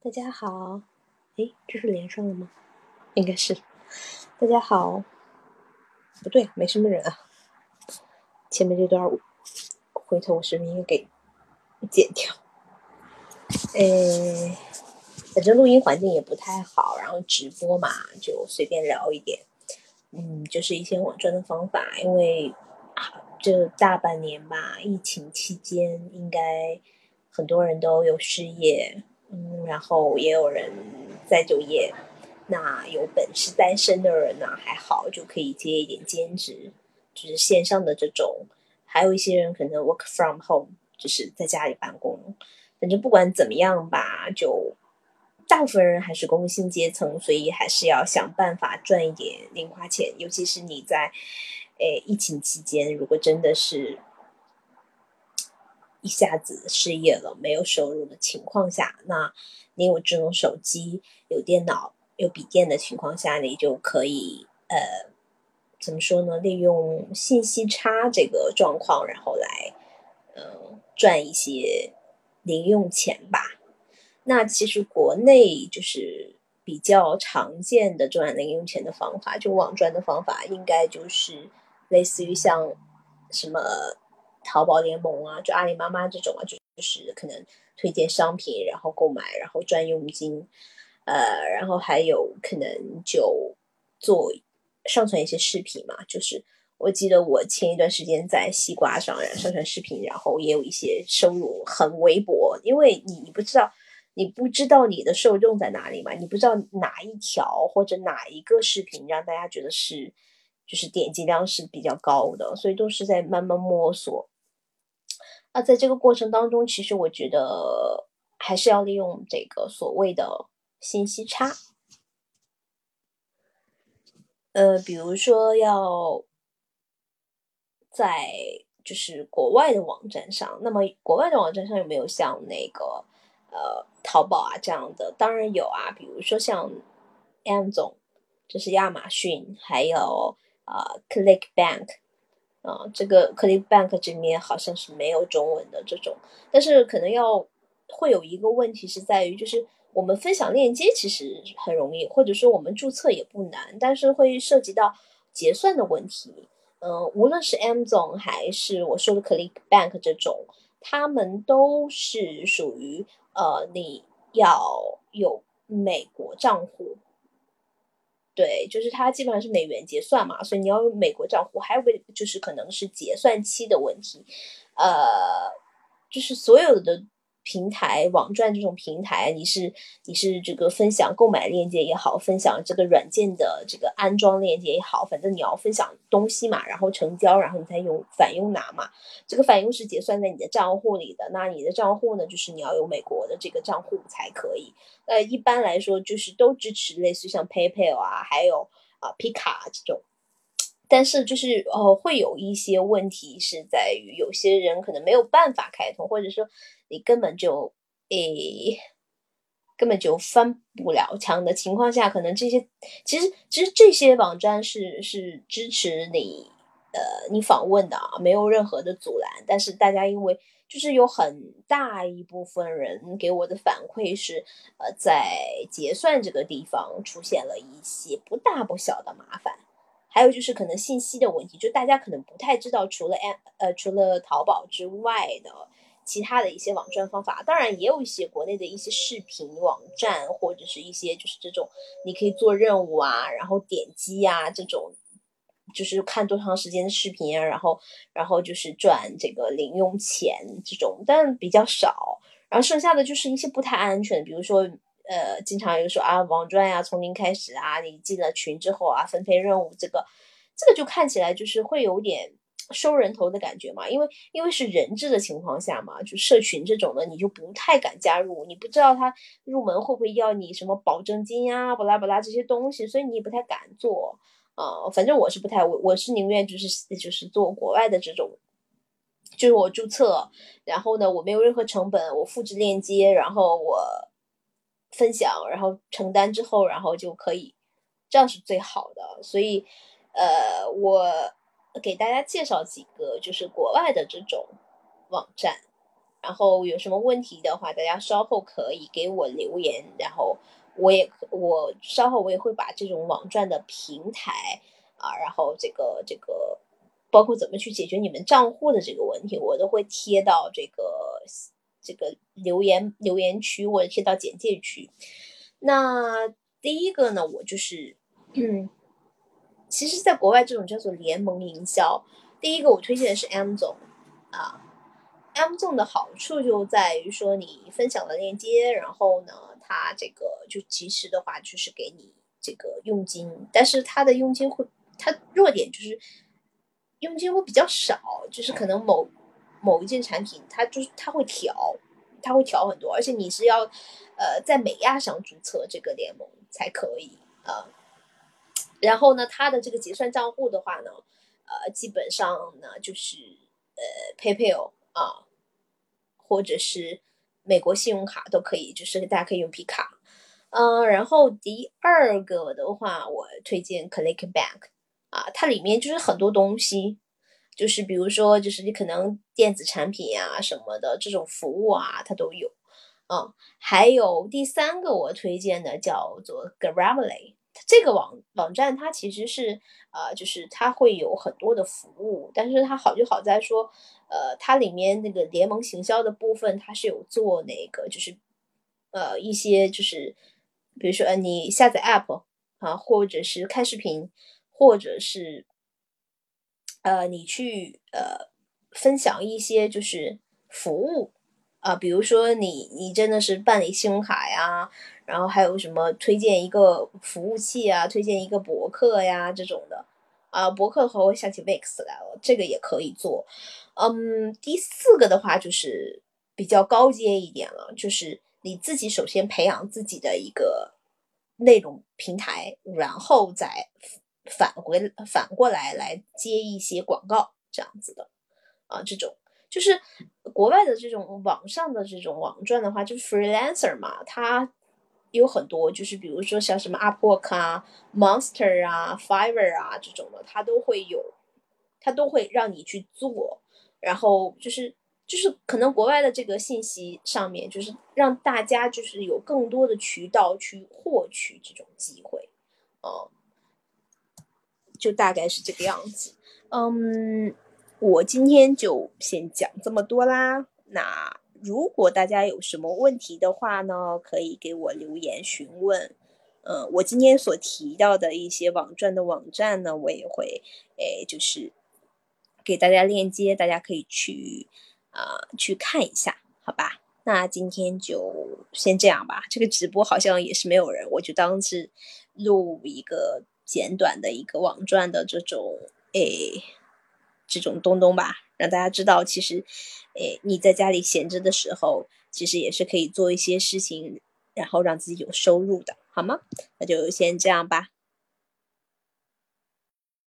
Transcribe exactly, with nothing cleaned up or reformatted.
大家好，诶，这是连上了吗？应该是。大家好，不对，没什么人啊。前面这段回头我视频给剪掉。诶，反正录音环境也不太好，然后直播嘛，就随便聊一点。嗯，就是一些网赚的方法，因为这大半年吧，疫情期间应该很多人都有失业，嗯，然后也有人在就业。那有本事单身的人呢，还好就可以接一点兼职，就是线上的这种。还有一些人可能 work from home， 就是在家里办公。反正不管怎么样吧，就大部分人还是工薪阶层，所以还是要想办法赚一点零花钱。尤其是你在诶疫情期间，如果真的是一下子失业了，没有收入的情况下，那你有智能手机、有电脑、有笔电的情况下，你就可以呃，怎么说呢？利用信息差这个状况，然后来呃赚一些零用钱吧。那其实国内就是比较常见的赚零用钱的方法，就网赚的方法，应该就是类似于像什么淘宝联盟啊，就阿里妈妈这种啊，就是可能推荐商品，然后购买，然后赚佣金，呃，然后还有可能就做上传一些视频嘛，就是我记得我前一段时间在西瓜上上传视频，然后也有一些收入很微薄，因为你你不知道。你不知道你的受众在哪里嘛？你不知道哪一条或者哪一个视频让大家觉得是，就是点击量是比较高的，所以都是在慢慢摸索。那在这个过程当中，其实我觉得还是要利用这个所谓的信息差。呃，比如说要在就是国外的网站上，那么国外的网站上有没有像那个呃淘宝啊这样的？当然有啊，比如说像 Amazon，这是亚马逊，还有呃 ClickBank，啊、呃，这个 ClickBank 这里面好像是没有中文的这种，但是可能要会有一个问题是在于，就是我们分享链接其实很容易，或者说我们注册也不难，但是会涉及到结算的问题。嗯、呃，无论是 Amazon 还是我说的 ClickBank 这种，他们都是属于呃你要有美国账户。对，就是它基本上是美元结算嘛，所以你要有美国账户。还有个就是可能是结算期的问题，呃，就是所有的平台网站这种平台，你是你是这个分享购买链接也好，分享这个软件的这个安装链接也好，反正你要分享东西嘛，然后成交，然后你才用返佣拿嘛。这个返佣是结算在你的账户里的，那你的账户呢，就是你要有美国的这个账户才可以。呃，一般来说就是都支持类似像 PayPal 啊，还有啊 Pika 这种，但是就是呃会有一些问题是在于有些人可能没有办法开通，或者说你根本就诶根本就翻不了墙的情况下，可能这些其实其实这些网站是是支持你呃你访问的啊，没有任何的阻拦，但是大家因为就是有很大一部分人给我的反馈是，呃，在结算这个地方出现了一些不大不小的麻烦，还有就是可能信息的问题，就大家可能不太知道，除了 a 呃除了淘宝之外的其他的一些网赚方法，当然也有一些国内的一些视频网站，或者是一些就是这种你可以做任务啊，然后点击啊这种。就是看多长时间的视频啊，然后然后就是赚这个零用钱这种，但比较少。然后剩下的就是一些不太安全的，比如说呃，经常有说啊网赚呀、啊，从零开始啊，你进了群之后啊，分配任务这个这个就看起来就是会有点收人头的感觉嘛，因为因为是人质的情况下嘛，就社群这种的你就不太敢加入，你不知道他入门会不会要你什么保证金呀、巴拉巴拉这些东西，所以你也不太敢做。呃，反正我是不太，我我是宁愿就是就是做国外的这种，就是我注册，然后呢，我没有任何成本，我复制链接，然后我分享，然后承担之后，然后就可以，这样是最好的。所以，呃，我给大家介绍几个就是国外的这种网站。 然后有什么问题的话，大家稍后可以给我留言，然后我也我稍后我也会把这种网站的平台啊，然后这个这个包括怎么去解决你们账户的这个问题，我都会贴到这个这个留言留言区或者贴到简介区。那第一个呢，我就是嗯，其实在国外这种叫做联盟营销，第一个我推荐的是 Amazon 啊。Amazon 的好处就在于说，你分享了链接，然后呢，它这个就其实的话就是给你这个佣金，但是它的佣金会，它弱点就是佣金会比较少，就是可能某某一件产品，它就是它会调，它会调很多，而且你是要呃在美亚上注册这个联盟才可以啊、呃。然后呢，它的这个结算账户的话呢，呃，基本上呢就是呃 PayPal 啊。或者是美国信用卡都可以，就是大家可以用皮卡。嗯、呃，然后第二个的话，我推荐 ClickBank 啊，它里面就是很多东西，就是比如说，就是你可能电子产品啊什么的这种服务啊，它都有。嗯，还有第三个我推荐的叫做 Grammarly，这个网网站它其实是呃，就是它会有很多的服务，但是它好就好在说，呃，它里面那个联盟行销的部分，它是有做那个就是呃一些就是比如说呃你下载 App 啊，或者是看视频，或者是呃你去呃分享一些就是服务。啊，比如说你你真的是办理信用卡呀，然后还有什么推荐一个服务器啊，推荐一个博客呀这种的，啊，博客和我想起 Wix 来了，这个也可以做。嗯，第四个的话就是比较高阶一点了，就是你自己首先培养自己的一个内容平台，然后再返回反过来来接一些广告这样子的。啊，这种就是国外的这种网上的这种网站的话，就是 freelancer 嘛，它有很多，就是比如说像什么 Upwork 啊、Monster 啊、Fiverr 啊这种的，它都会有，它都会让你去做，然后就是就是可能国外的这个信息上面，就是让大家就是有更多的渠道去获取这种机会，哦、就大概是这个样子。嗯，我今天就先讲这么多啦。那如果大家有什么问题的话呢，可以给我留言询问。呃，我今天所提到的一些网站的网站呢，我也会诶，就是给大家链接，大家可以去啊、呃、去看一下，好吧？那今天就先这样吧。这个直播好像也是没有人，我就当是录一个简短的一个网站的这种诶这种东东吧，让大家知道，其实诶你在家里闲着的时候，其实也是可以做一些事情，然后让自己有收入的，好吗？那就先这样吧。